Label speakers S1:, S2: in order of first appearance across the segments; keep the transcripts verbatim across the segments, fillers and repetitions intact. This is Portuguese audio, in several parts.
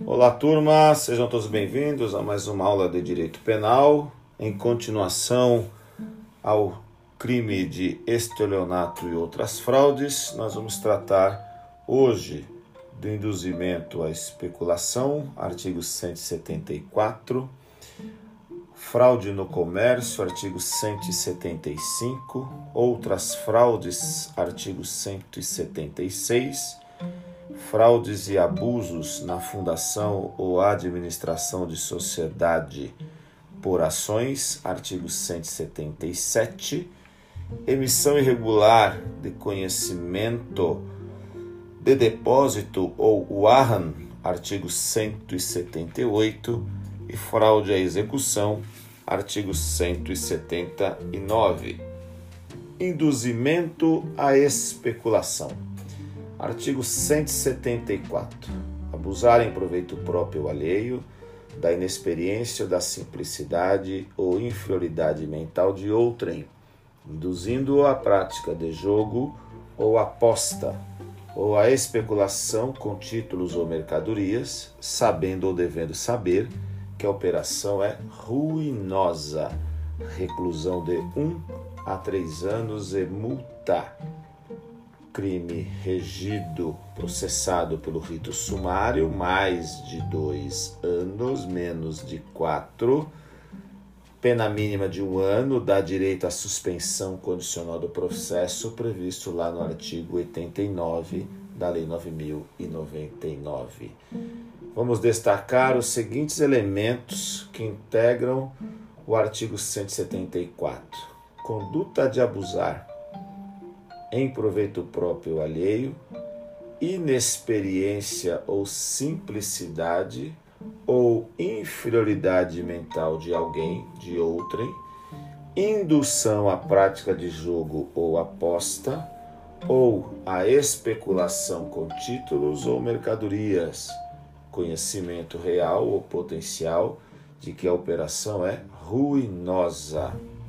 S1: Olá, turma, sejam todos bem-vindos a mais uma aula de Direito Penal, em continuação ao crime de estelionato e outras fraudes. Nós vamos tratar hoje do induzimento à especulação, artigo cento e setenta e quatro, fraude no comércio, artigo cento e setenta e cinco, outras fraudes, artigo cento e setenta e seis, fraudes e abusos na fundação ou administração de sociedade por ações, artigo cento e setenta e sete, emissão irregular de conhecimento de depósito ou warrant, artigo cento e setenta e oito, e fraude à execução, artigo cento e setenta e nove. Induzimento à especulação. Artigo cento e setenta e quatro. Abusar em proveito próprio ou alheio da inexperiência, da simplicidade ou inferioridade mental de outrem, induzindo-o à prática de jogo ou aposta, ou à especulação com títulos ou mercadorias, sabendo ou devendo saber que a operação é ruinosa, reclusão de um a três anos e multa. Crime regido, processado pelo rito sumário, mais de dois anos, menos de quatro. Pena mínima de um ano, dá direito à suspensão condicional do processo, previsto lá no artigo oitenta e nove da Lei nove mil e noventa e nove. Vamos destacar os seguintes elementos que integram o artigo cento e setenta e quatro. Conduta de abusar em proveito próprio ou alheio, inexperiência ou simplicidade ou inferioridade mental de alguém, de outrem, indução à prática de jogo ou aposta, ou à especulação com títulos ou mercadorias, conhecimento real ou potencial de que a operação é ruinosa.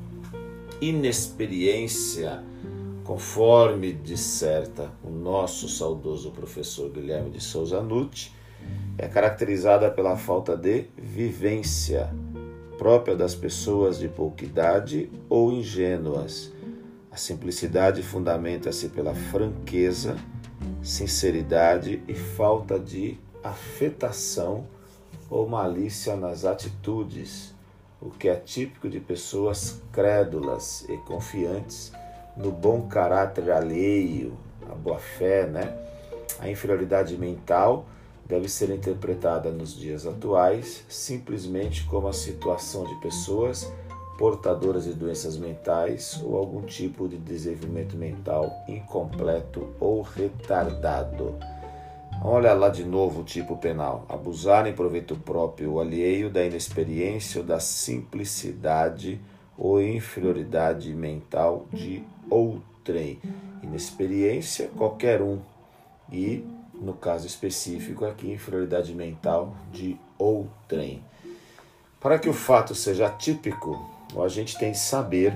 S1: Inexperiência, conforme disserta o nosso saudoso professor Guilherme de Souza Nutti, é caracterizada pela falta de vivência própria das pessoas de pouca idade ou ingênuas. A simplicidade fundamenta-se pela franqueza, sinceridade e falta de afetação ou malícia nas atitudes, o que é típico de pessoas crédulas e confiantes no bom caráter alheio, a boa-fé, né? A inferioridade mental deve ser interpretada nos dias atuais simplesmente como a situação de pessoas portadoras de doenças mentais ou algum tipo de desenvolvimento mental incompleto ou retardado. Olha lá de novo o tipo penal. Abusar em proveito próprio ou alheio da inexperiência ou da simplicidade ou inferioridade mental de outrem. Inexperiência, qualquer um. E, no caso específico aqui, inferioridade mental de outrem. Para que o fato seja atípico, o agente tem de saber,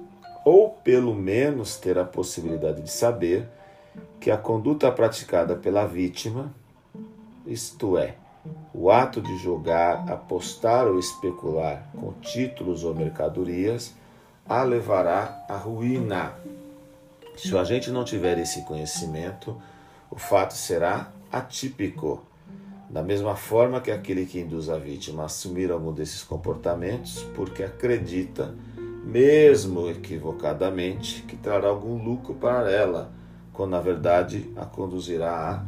S1: ou pelo menos ter a possibilidade de saber, que a conduta praticada pela vítima, isto é, o ato de jogar, apostar ou especular com títulos ou mercadorias, a levará à ruína. Se o agente não tiver esse conhecimento, o fato será atípico. Da mesma forma que aquele que induz a vítima a assumir algum desses comportamentos, porque acredita, mesmo equivocadamente, que trará algum lucro para ela, quando na verdade a conduzirá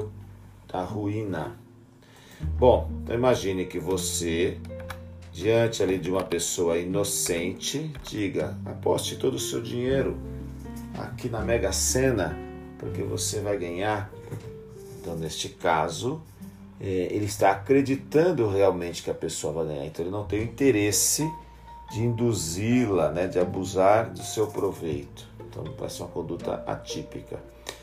S1: à, à ruína. Bom, então imagine que você, diante ali de uma pessoa inocente, diga: aposte todo o seu dinheiro aqui na Mega Sena, porque você vai ganhar. Então, neste caso, ele está acreditando realmente que a pessoa vai ganhar. Então, ele não tem o interesse de induzi-la, né, de abusar do seu proveito. Então, vai ser uma conduta atípica.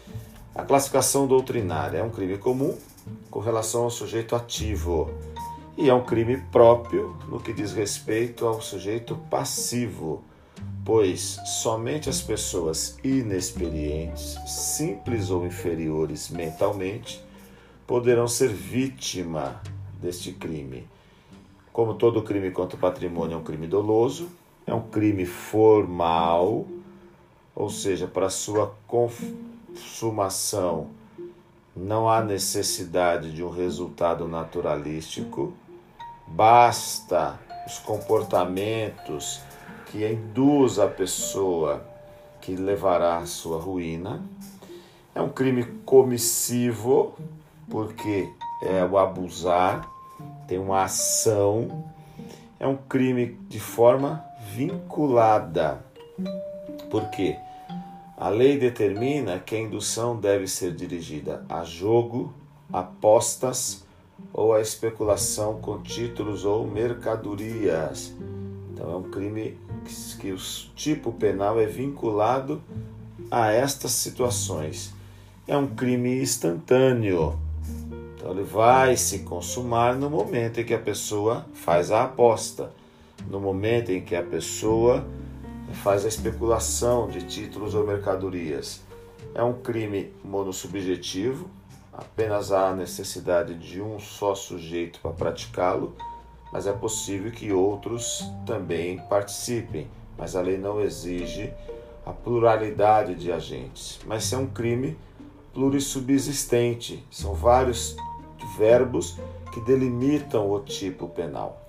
S1: A classificação doutrinária é um crime comum com relação ao sujeito ativo e é um crime próprio no que diz respeito ao sujeito passivo, pois somente as pessoas inexperientes, simples ou inferiores mentalmente, poderão ser vítima deste crime. Como todo crime contra o patrimônio é um crime doloso, é um crime formal, ou seja, para sua consumação não há necessidade de um resultado naturalístico, basta os comportamentos que induz a pessoa que levará à sua ruína. É um crime comissivo, porque é o abusar, tem uma ação. É um crime de forma vinculada. Por quê? A lei determina que a indução deve ser dirigida a jogo, apostas ou a especulação com títulos ou mercadorias. Então é um crime que, que o tipo penal é vinculado a estas situações. É um crime instantâneo. Então ele vai se consumar no momento em que a pessoa faz a aposta, no momento em que a pessoa faz a especulação de títulos ou mercadorias. É um crime monossubjetivo, apenas há necessidade de um só sujeito para praticá-lo, mas é possível que outros também participem, mas a lei não exige a pluralidade de agentes. Mas é um crime plurissubsistente, são vários verbos que delimitam o tipo penal.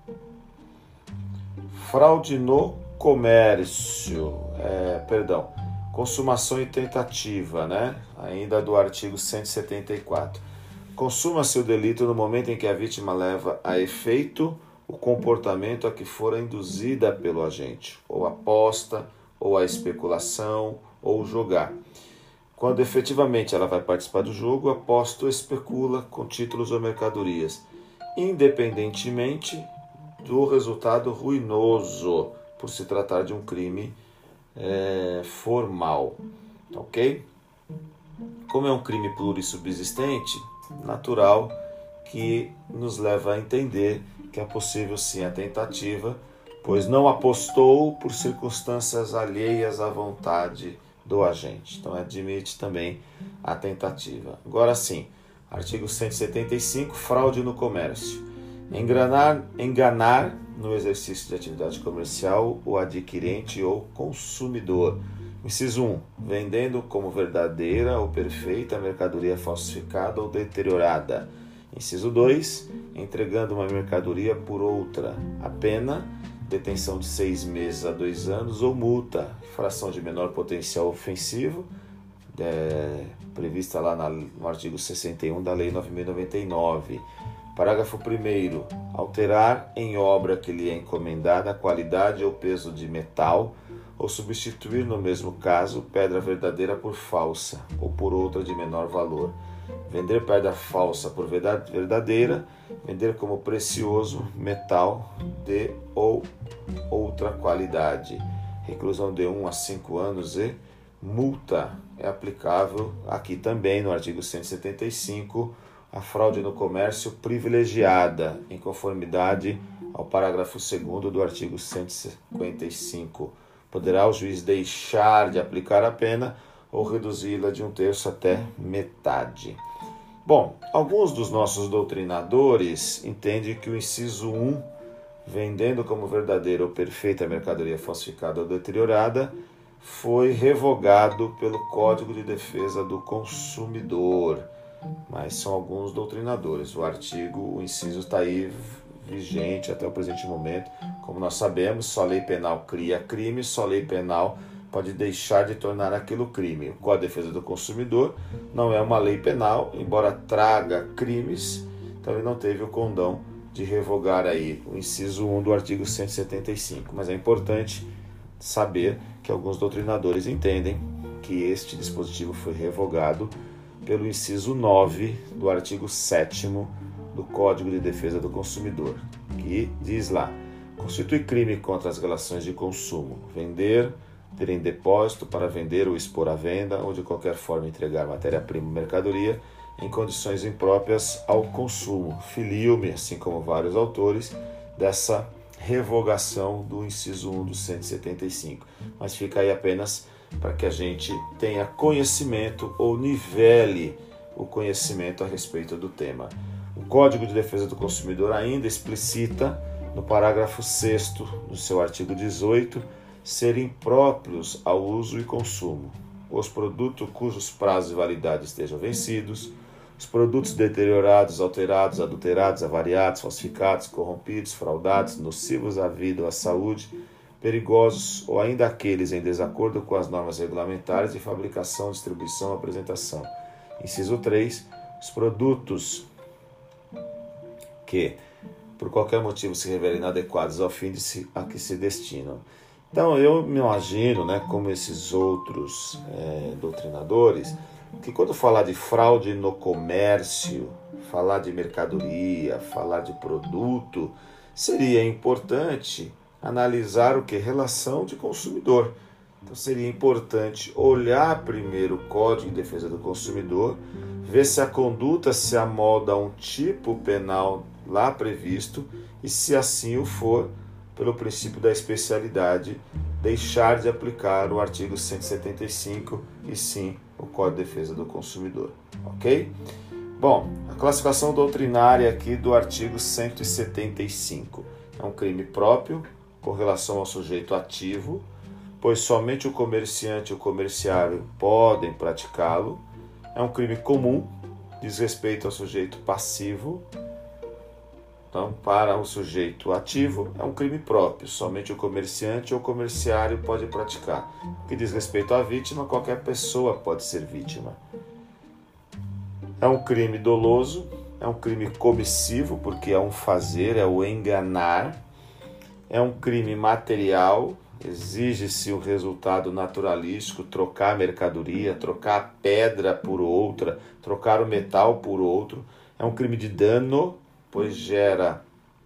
S1: Fraude no comércio, é, perdão, consumação e tentativa, né? Ainda do artigo cento e setenta e quatro. Consuma-se o delito no momento em que a vítima leva a efeito o comportamento a que fora induzida pelo agente, ou aposta, ou a especulação, ou jogar. Quando efetivamente ela vai participar do jogo, aposta ou especula com títulos ou mercadorias, independentemente do resultado ruinoso, por se tratar de um crime é, formal, ok? Como é um crime plurissubsistente, natural que nos leva a entender que é possível sim a tentativa, pois não apostou por circunstâncias alheias à vontade do agente. Então admite também a tentativa. Agora sim, artigo cento e setenta e cinco, fraude no comércio. Enganar, enganar no exercício de atividade comercial o adquirente ou consumidor. Inciso um. Vendendo como verdadeira ou perfeita a mercadoria falsificada ou deteriorada. Inciso dois. Entregando uma mercadoria por outra. A pena, detenção de seis meses a dois anos ou multa. Infração de menor potencial ofensivo, é, prevista lá na, no artigo sessenta e um da Lei nove mil e noventa e nove. Parágrafo primeiro. Alterar em obra que lhe é encomendada a qualidade ou peso de metal ou substituir no mesmo caso pedra verdadeira por falsa ou por outra de menor valor. Vender pedra falsa por verdadeira, vender como precioso metal de ou outra qualidade. Reclusão de um a cinco anos e multa é aplicável aqui também no artigo cento e setenta e cinco, a fraude no comércio privilegiada, em conformidade ao parágrafo segundo do artigo cento e cinquenta e cinco. Poderá o juiz deixar de aplicar a pena ou reduzi-la de um terço até metade. Bom, alguns dos nossos doutrinadores entendem que o inciso um, vendendo como verdadeira ou perfeita a mercadoria falsificada ou deteriorada, foi revogado pelo Código de Defesa do Consumidor. Mas são alguns doutrinadores. O artigo, o inciso está aí vigente até o presente momento. Como nós sabemos, só lei penal cria crime, só lei penal pode deixar de tornar aquilo crime. O Código de Defesa do Consumidor não é uma lei penal, embora traga crimes, então ele não teve o condão de revogar aí o inciso um do artigo cento e setenta e cinco. Mas é importante saber que alguns doutrinadores entendem que este dispositivo foi revogado pelo inciso nove do artigo sétimo do Código de Defesa do Consumidor, que diz lá: constitui crime contra as relações de consumo, vender, ter em depósito para vender ou expor à venda, ou de qualquer forma entregar matéria-prima ou mercadoria em condições impróprias ao consumo. Filio-me, assim como vários autores, dessa revogação do inciso um do cento e setenta e cinco. Mas fica aí apenas para que a gente tenha conhecimento ou nivele o conhecimento a respeito do tema. O Código de Defesa do Consumidor ainda explicita, no parágrafo sexto do seu artigo dezoito, serem próprios ao uso e consumo os produtos cujos prazos de validade estejam vencidos, os produtos deteriorados, alterados, adulterados, avariados, falsificados, corrompidos, fraudados, nocivos à vida ou à saúde, perigosos ou ainda aqueles em desacordo com as normas regulamentares de fabricação, distribuição e apresentação. Inciso três. Os produtos que, por qualquer motivo, se revelem inadequados ao fim de se, a que se destinam. Então, eu me imagino, né, como esses outros é, doutrinadores, que quando falar de fraude no comércio, falar de mercadoria, falar de produto, seria importante analisar o que? Relação de consumidor. Então, seria importante olhar primeiro o Código de Defesa do Consumidor, ver se a conduta se amolda a um tipo penal lá previsto e, se assim o for, pelo princípio da especialidade, deixar de aplicar o artigo cento e setenta e cinco e sim o Código de Defesa do Consumidor, ok? Bom, a classificação doutrinária aqui do artigo cento e setenta e cinco é um crime próprio com relação ao sujeito ativo, pois somente o comerciante e o comerciário podem praticá-lo. É um crime comum, diz respeito ao sujeito passivo. Então, para o sujeito ativo, é um crime próprio, somente o comerciante ou comerciário pode praticar. O que diz respeito à vítima, qualquer pessoa pode ser vítima. É um crime doloso, é um crime comissivo, porque é um fazer, é o enganar. É um crime material, exige-se um resultado naturalístico, trocar mercadoria, trocar a pedra por outra, trocar o metal por outro. É um crime de dano, pois gera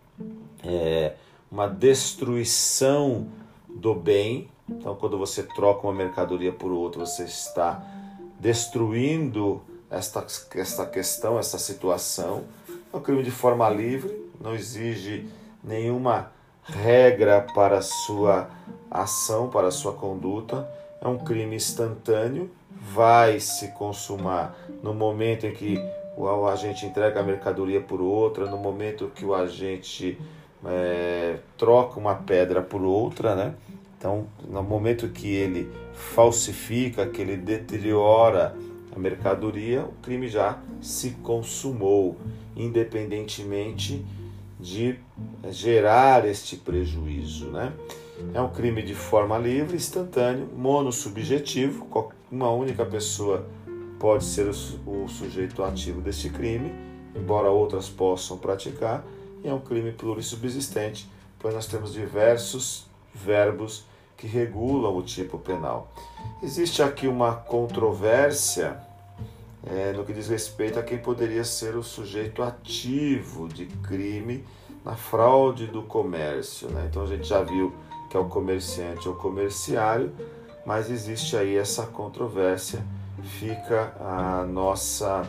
S1: é, uma destruição do bem. Então, quando você troca uma mercadoria por outra, você está destruindo esta, esta questão, essa situação. É um crime de forma livre, não exige nenhuma regra para a sua ação, para a sua conduta. É um crime instantâneo, vai se consumar no momento em que o agente entrega a mercadoria por outra, no momento que o agente é, troca uma pedra por outra, né? Então, no momento que ele falsifica, que ele deteriora a mercadoria, o crime já se consumou, independentemente de gerar este prejuízo, né? É um crime de forma livre, instantâneo, monossubjetivo, uma única pessoa pode ser o sujeito ativo deste crime, embora outras possam praticar, e é um crime plurissubsistente, pois nós temos diversos verbos que regulam o tipo penal. Existe aqui uma controvérsia é, no que diz respeito a quem poderia ser o sujeito ativo de crime na fraude do comércio, né? Então a gente já viu que é o comerciante ou comerciário, mas existe aí essa controvérsia. Fica a nossa,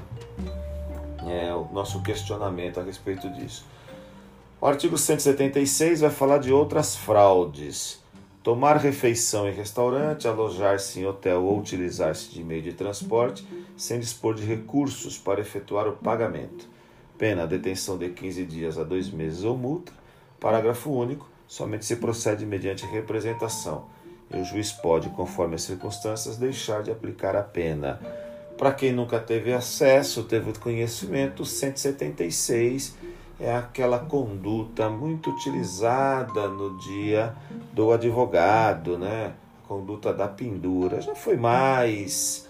S1: é, o nosso questionamento a respeito disso. O artigo cento e setenta e seis vai falar de outras fraudes. Tomar refeição em restaurante, alojar-se em hotel ou utilizar-se de meio de transporte sem dispor de recursos para efetuar o pagamento. Pena, detenção de quinze dias a dois meses ou multa. Parágrafo único. Somente se procede mediante representação. E o juiz pode, conforme as circunstâncias, deixar de aplicar a pena. Para quem nunca teve acesso, teve conhecimento, cento e setenta e seis é aquela conduta muito utilizada no dia do advogado, né? A conduta da pendura. Já foi mais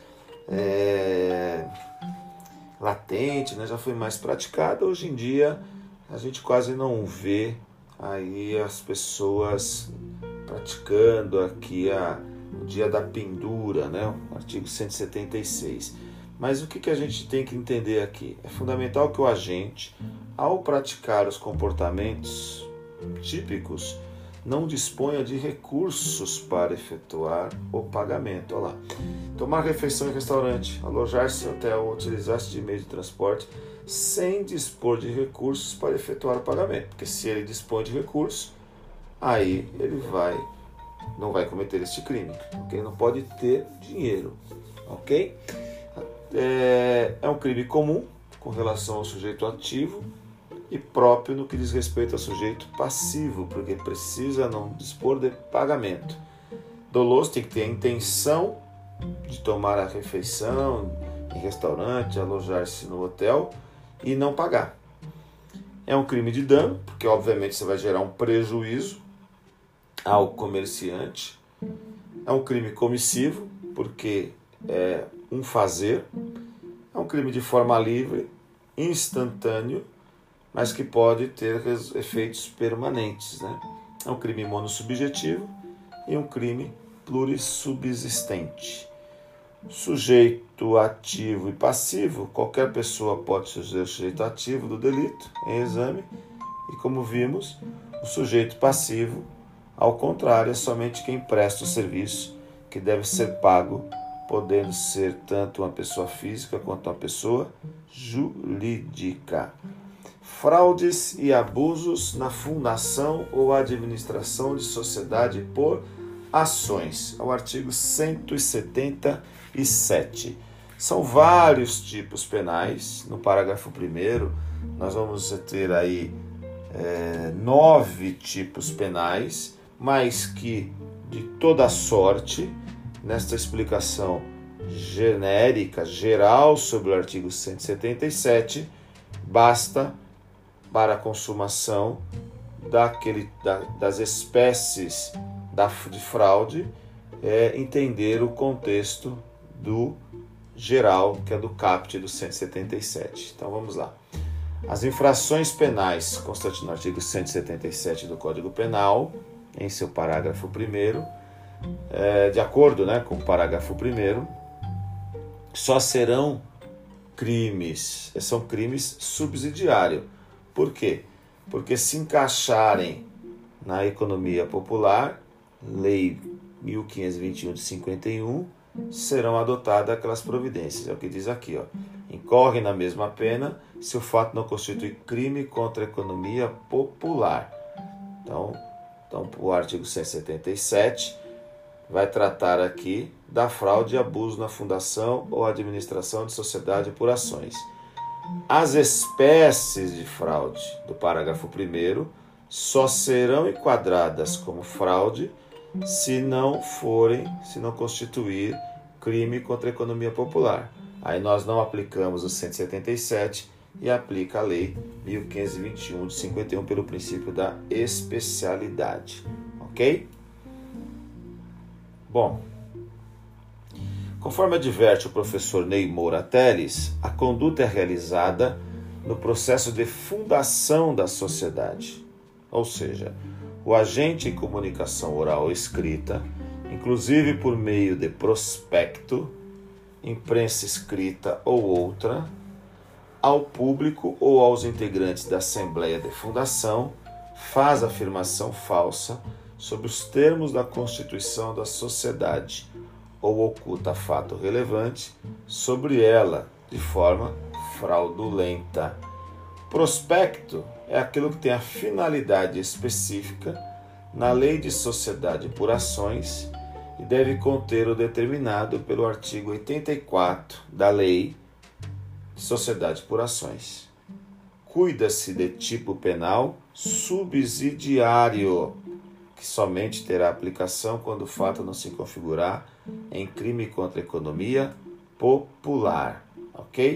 S1: é, latente, né? Já foi mais praticada. Hoje em dia, a gente quase não vê aí as pessoas praticando aqui a, o dia da pendura, né? O artigo cento e setenta e seis. Mas o que, que a gente tem que entender aqui? É fundamental que o agente, ao praticar os comportamentos típicos, não disponha de recursos para efetuar o pagamento. Olha lá. Tomar refeição em restaurante, alojar-se em hotel ou utilizar-se de meio de transporte sem dispor de recursos para efetuar o pagamento. Porque se ele dispõe de recursos, aí ele vai, não vai cometer este crime, porque ele não pode ter dinheiro, ok? É, é um crime comum, com relação ao sujeito ativo e próprio no que diz respeito ao sujeito passivo, porque precisa não dispor de pagamento. Doloso tem que ter a intenção de tomar a refeição em restaurante, alojar-se no hotel e não pagar. É um crime de dano, porque obviamente você vai gerar um prejuízo ao comerciante. É um crime comissivo, porque é um fazer. É um crime de forma livre, instantâneo, mas que pode ter efeitos permanentes, né? É um crime monossubjetivo e um crime plurissubsistente. Sujeito ativo e passivo, qualquer pessoa pode ser o sujeito ativo do delito em exame, e como vimos, o sujeito passivo, ao contrário, é somente quem presta o serviço que deve ser pago, podendo ser tanto uma pessoa física quanto uma pessoa jurídica. Fraudes e abusos na fundação ou administração de sociedade por ações. É o artigo cento e setenta e sete. São vários tipos penais. No parágrafo primeiro, nós vamos ter aí é, nove tipos penais, mas que de toda sorte, nesta explicação genérica, geral sobre o artigo cento e setenta e sete, basta para a consumação daquele, da, das espécies da, de fraude é entender o contexto do geral, que é do caput do cento e setenta e sete. Então vamos lá. As infrações penais constantes no artigo cento e setenta e sete do Código Penal, em seu parágrafo primeiro, é, de acordo, né, com o parágrafo primeiro, só serão crimes, são crimes subsidiários. Por quê? Porque se encaixarem na economia popular, Lei mil quinhentos e vinte e um de cinquenta e um, serão adotadas aquelas providências. É o que diz aqui, ó. Incorre na mesma pena se o fato não constitui crime contra a economia popular. Então, então o artigo cento e setenta e sete vai tratar aqui da fraude e abuso na fundação ou administração de sociedade por ações. As espécies de fraude do parágrafo primeiro só serão enquadradas como fraude se não forem, se não constituir crime contra a economia popular. Aí nós não aplicamos o cento e setenta e sete e aplica a Lei mil quinhentos e vinte e um de cinquenta e um pelo princípio da especialidade. Ok? Bom, conforme adverte o professor Ney Moura Teles, a conduta é realizada no processo de fundação da sociedade, ou seja, o agente em comunicação oral ou escrita, inclusive por meio de prospecto, imprensa escrita ou outra, ao público ou aos integrantes da Assembleia de Fundação, faz afirmação falsa sobre os termos da Constituição da sociedade ou oculta fato relevante sobre ela de forma fraudulenta. Prospecto é aquilo que tem a finalidade específica na Lei de Sociedade por Ações e deve conter o determinado pelo artigo oitenta e quatro da Lei de Sociedade por Ações. Cuida-se de tipo penal subsidiário, que somente terá aplicação quando o fato não se configurar em crime contra a economia popular. Ok?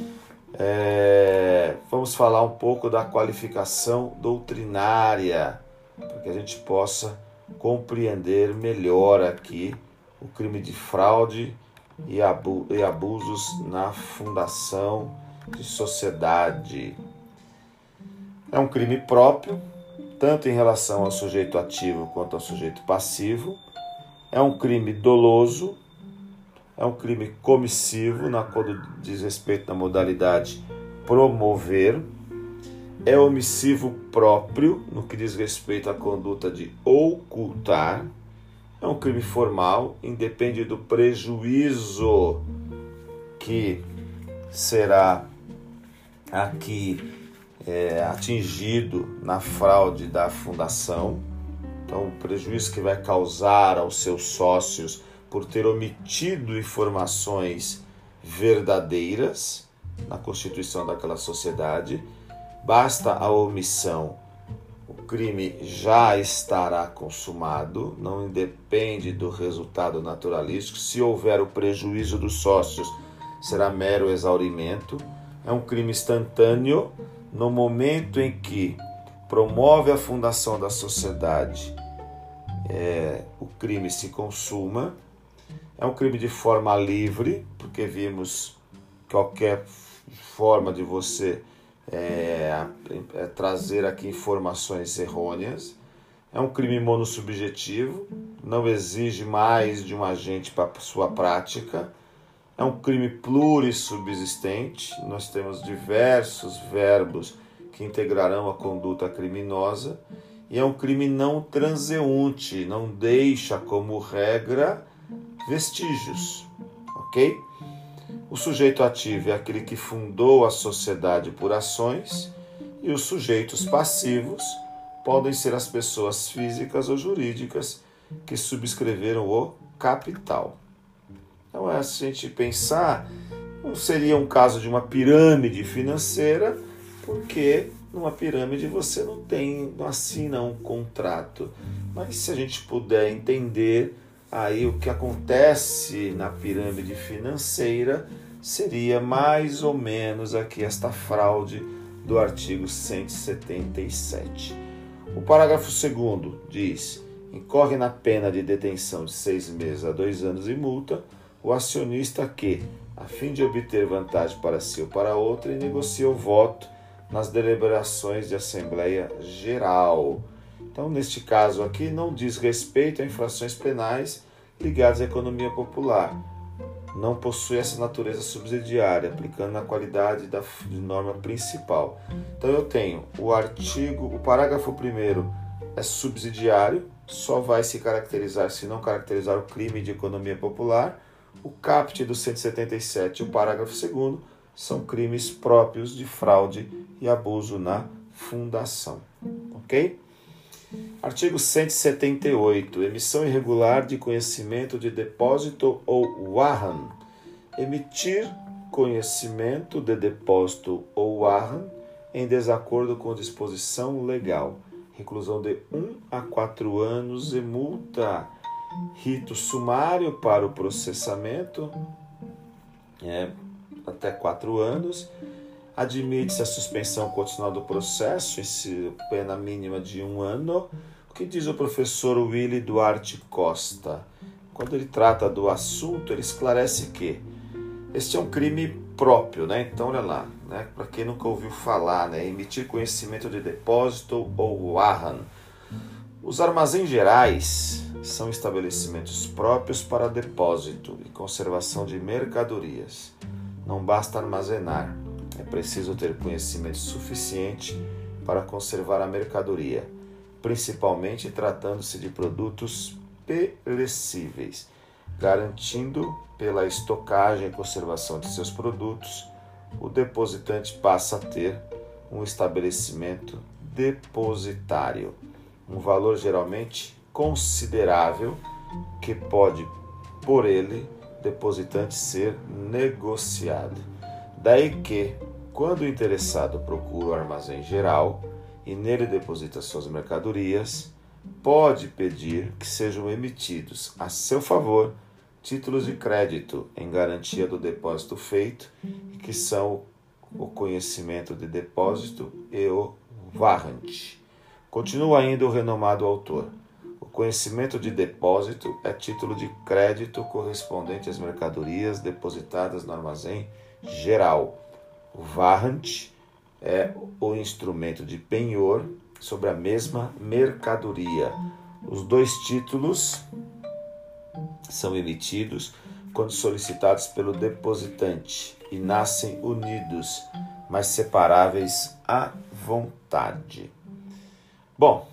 S1: É, vamos falar um pouco da qualificação doutrinária, para que a gente possa compreender melhor aqui o crime de fraude e, abu- e abusos na fundação de sociedade. É um crime próprio, tanto em relação ao sujeito ativo quanto ao sujeito passivo. É um crime doloso, é um crime comissivo, na quando diz respeito à modalidade promover. É omissivo próprio, no que diz respeito à conduta de ocultar. É um crime formal, independe do prejuízo que será aqui é, atingido na fraude da fundação. Então, o prejuízo que vai causar aos seus sócios por ter omitido informações verdadeiras, na constituição daquela sociedade. Basta a omissão, o crime já estará consumado, não depende do resultado naturalístico. Se houver o prejuízo dos sócios, será mero exaurimento. É um crime instantâneo. No momento em que promove a fundação da sociedade, é, o crime se consuma. É um crime de forma livre, porque vimos qualquer forma de você é, é, trazer aqui informações errôneas. É um crime monossubjetivo, não exige mais de um agente para sua prática. É um crime plurissubsistente, nós temos diversos verbos que integrarão a conduta criminosa. E é um crime não transeunte, não deixa como regra vestígios, ok? O sujeito ativo é aquele que fundou a sociedade por ações, e os sujeitos passivos podem ser as pessoas físicas ou jurídicas que subscreveram o capital. Então, é, se a gente pensar, não seria um caso de uma pirâmide financeira, porque numa pirâmide você não tem, não assina um contrato. Mas se a gente puder entender aí o que acontece na pirâmide financeira, seria mais ou menos aqui esta fraude do artigo cento e setenta e sete. O parágrafo segundo diz: incorre na pena de detenção de seis meses a dois anos e multa o acionista que, a fim de obter vantagem para si ou para outra, negocia o voto nas deliberações de Assembleia Geral. Então, neste caso aqui, não diz respeito a infrações penais ligadas à economia popular. Não possui essa natureza subsidiária, aplicando na qualidade da norma principal. Então, eu tenho o artigo, o parágrafo primeiro é subsidiário, só vai se caracterizar se não caracterizar o crime de economia popular. O caput do cento e setenta e sete e o parágrafo segundo são crimes próprios de fraude e abuso na fundação. Ok? Artigo cento e setenta e oito. Emissão irregular de conhecimento de depósito ou warrant. Emitir conhecimento de depósito ou warrant em desacordo com disposição legal. Reclusão de um a quatro anos e multa. Rito sumário para o processamento, é, até quatro anos. Admite-se a suspensão condicional do processo, esse pena mínima de um ano. O que diz o professor Willy Duarte Costa? Quando ele trata do assunto, ele esclarece que este é um crime próprio, né? Então, olha lá, né? Para quem nunca ouviu falar, né? Emitir conhecimento de depósito ou warrant. Os armazéns gerais são estabelecimentos próprios para depósito e conservação de mercadorias. Não basta armazenar, é preciso ter conhecimento suficiente para conservar a mercadoria, principalmente tratando-se de produtos perecíveis, garantindo pela estocagem e conservação de seus produtos, o depositante passa a ter um estabelecimento depositário, um valor geralmente considerável que pode, por ele, depositante ser negociado. Daí que, quando o interessado procura o armazém geral e nele deposita suas mercadorias, pode pedir que sejam emitidos a seu favor títulos de crédito em garantia do depósito feito, que são o conhecimento de depósito e o warrant. Continua ainda o renomado autor. O conhecimento de depósito é título de crédito correspondente às mercadorias depositadas no armazém geral. O warrant é o instrumento de penhor sobre a mesma mercadoria. Os dois títulos são emitidos quando solicitados pelo depositante e nascem unidos, mas separáveis à vontade. Bom,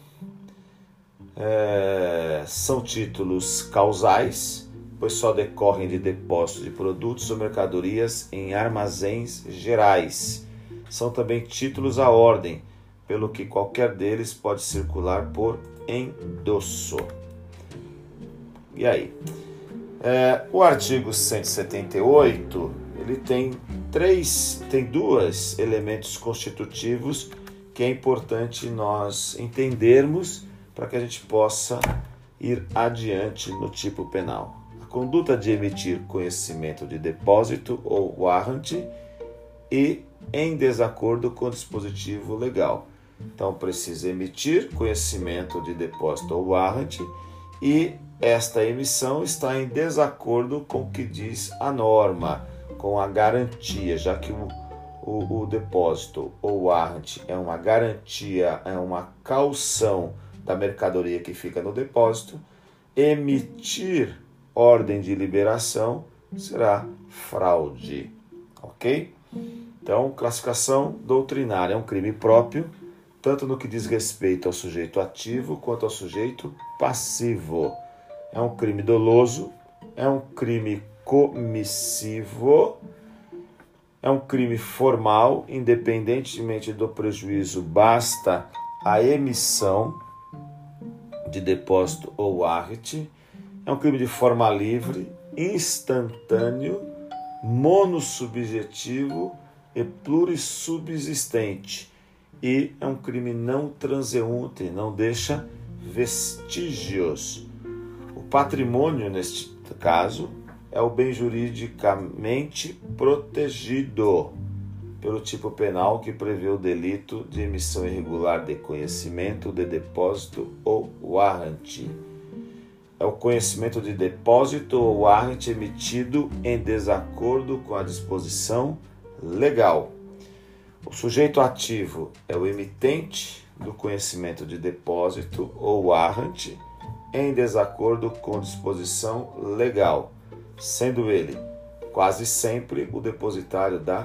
S1: é, são títulos causais, pois só decorrem de depósito de produtos ou mercadorias em armazéns gerais. São também títulos à ordem, pelo que qualquer deles pode circular por endosso. E aí? É, o artigo cento e setenta e oito, ele tem três, tem dois elementos constitutivos que é importante nós entendermos para que a gente possa ir adiante no tipo penal. A conduta de emitir conhecimento de depósito ou warrant e em desacordo com o dispositivo legal. Então, precisa emitir conhecimento de depósito ou warrant e esta emissão está em desacordo com o que diz a norma, com a garantia, já que o, o, o depósito ou warrant é uma garantia, é uma caução da mercadoria que fica no depósito, emitir ordem de liberação será fraude, ok? Então, classificação doutrinária é um crime próprio, tanto no que diz respeito ao sujeito ativo quanto ao sujeito passivo. É um crime doloso, é um crime comissivo, é um crime formal, independentemente do prejuízo, basta a emissão de depósito ou warrant. É um crime de forma livre, instantâneo, monossubjetivo e plurissubsistente. E é um crime não transeunte, não deixa vestígios. O patrimônio, neste caso, é o bem juridicamente protegido pelo tipo penal que prevê o delito de emissão irregular de conhecimento de depósito ou warrant. É o conhecimento de depósito ou warrant emitido em desacordo com a disposição legal. O sujeito ativo é o emitente do conhecimento de depósito ou warrant em desacordo com disposição legal, sendo ele quase sempre o depositário da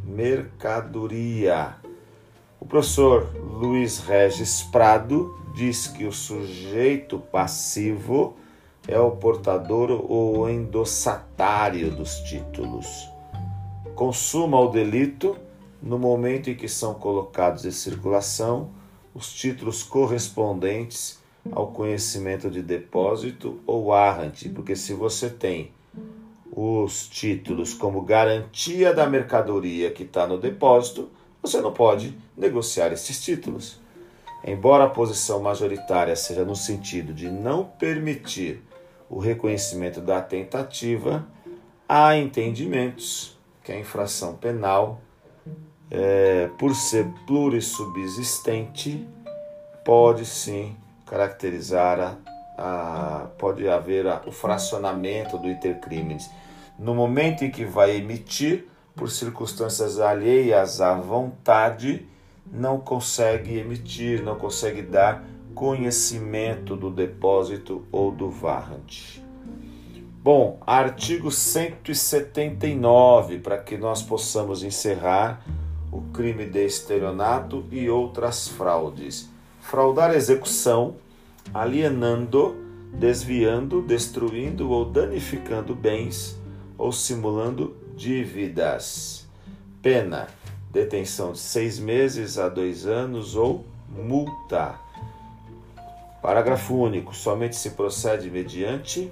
S1: mercadoria. O professor Luiz Regis Prado diz que o sujeito passivo é o portador ou endossatário dos títulos. Consuma o delito no momento em que são colocados em circulação os títulos correspondentes ao conhecimento de depósito ou warrant, porque se você tem os títulos como garantia da mercadoria que está no depósito, você não pode negociar esses títulos. Embora a posição majoritária seja no sentido de não permitir o reconhecimento da tentativa, há entendimentos que a infração penal, é, por ser plurissubsistente, pode sim caracterizar, a, a, pode haver a, o fracionamento do intercrimes. No momento em que vai emitir, por circunstâncias alheias à vontade, não consegue emitir, não consegue dar conhecimento do depósito ou do warrant. Bom, artigo cento e setenta e nove, para que nós possamos encerrar o crime de estelionato e outras fraudes. Fraudar a execução, alienando, desviando, destruindo ou danificando bens ou simulando dívidas. Pena: detenção de seis meses a dois anos ou multa. Parágrafo único. Somente se procede mediante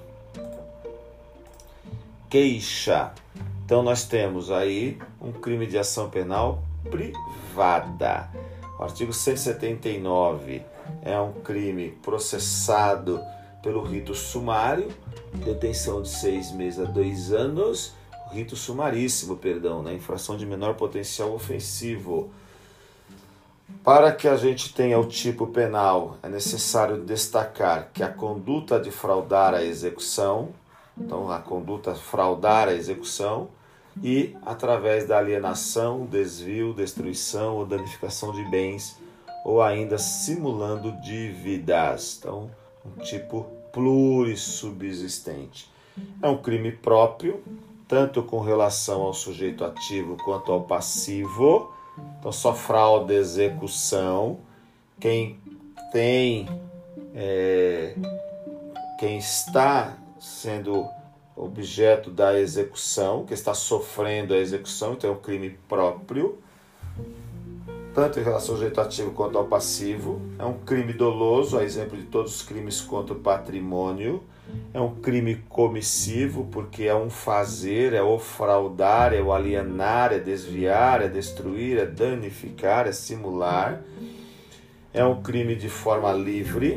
S1: queixa. Então nós temos aí um crime de ação penal privada. O artigo cento e setenta e nove é um crime processado pelo rito sumário, detenção de seis meses a dois anos, rito sumaríssimo, perdão, na infração de menor potencial ofensivo. Para que a gente tenha o tipo penal, é necessário destacar que a conduta de fraudar a execução, então a conduta fraudar a execução, e através da alienação, desvio, destruição ou danificação de bens, ou ainda simulando dívidas. Então, um tipo plurissubsistente. É um crime próprio, tanto com relação ao sujeito ativo quanto ao passivo. Então, só fraude, execução. Quem tem, é, quem está sendo objeto da execução, que está sofrendo a execução, então é um crime próprio. tanto em relação ao sujeito ativo quanto ao passivo. É um crime doloso, a exemplo de todos os crimes contra o patrimônio. É um crime comissivo, porque é um fazer, é o fraudar, é o alienar, é desviar, é destruir, é danificar, é simular. É um crime de forma livre,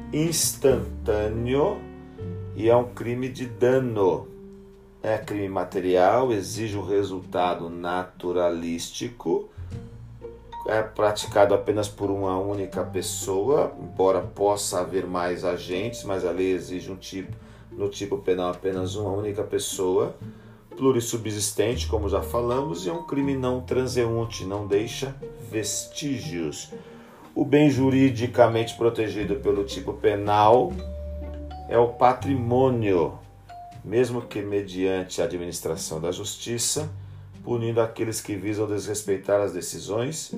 S1: instantâneo, e é um crime de dano. É crime material, exige um resultado naturalístico, é praticado apenas por uma única pessoa, embora possa haver mais agentes, mas a lei exige um tipo, no tipo penal apenas uma única pessoa, plurissubsistente, como já falamos, e é um crime não transeunte, não deixa vestígios. O bem juridicamente protegido pelo tipo penal é o patrimônio, mesmo que mediante a administração da justiça, punindo aqueles que visam desrespeitar as decisões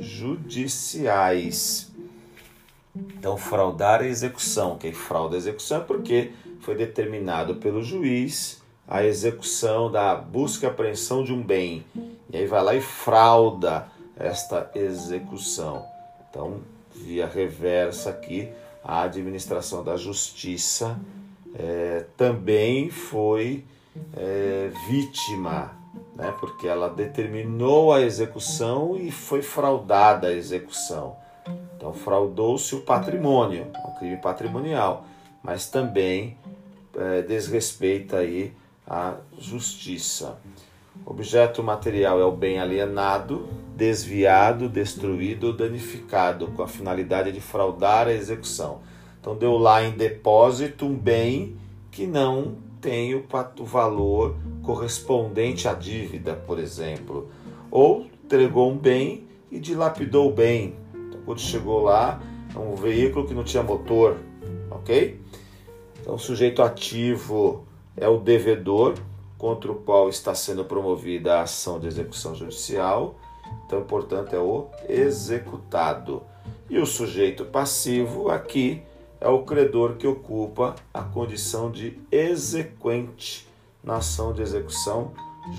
S1: judiciais. Então, fraudar a execução. Quem frauda a execução é porque foi determinado pelo juiz a execução da busca e apreensão de um bem. E aí vai lá e frauda esta execução. Então, via reversa aqui, a administração da justiça é, também foi é, vítima, né, porque ela determinou a execução e foi fraudada a execução. Então, fraudou-se o patrimônio, um crime patrimonial, mas também é, desrespeita aí a justiça. Objeto material é o bem alienado, desviado, destruído ou danificado, com a finalidade de fraudar a execução. Então, deu lá em depósito um bem que não tem o valor correspondente à dívida, por exemplo. Ou entregou um bem e dilapidou o bem. Então, quando chegou lá, é um veículo que não tinha motor, ok? Então, o sujeito ativo é o devedor, contra o qual está sendo promovida a ação de execução judicial. Então, portanto, é o executado. E o sujeito passivo aqui é o credor que ocupa a condição de exequente na ação de execução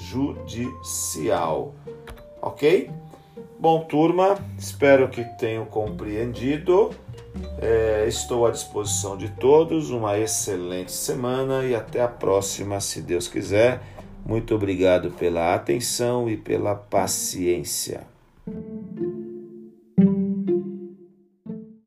S1: judicial. Ok? Bom, turma, espero que tenham compreendido. É, estou à disposição de todos. Uma excelente semana e até a próxima, se Deus quiser. Muito obrigado pela atenção e pela paciência.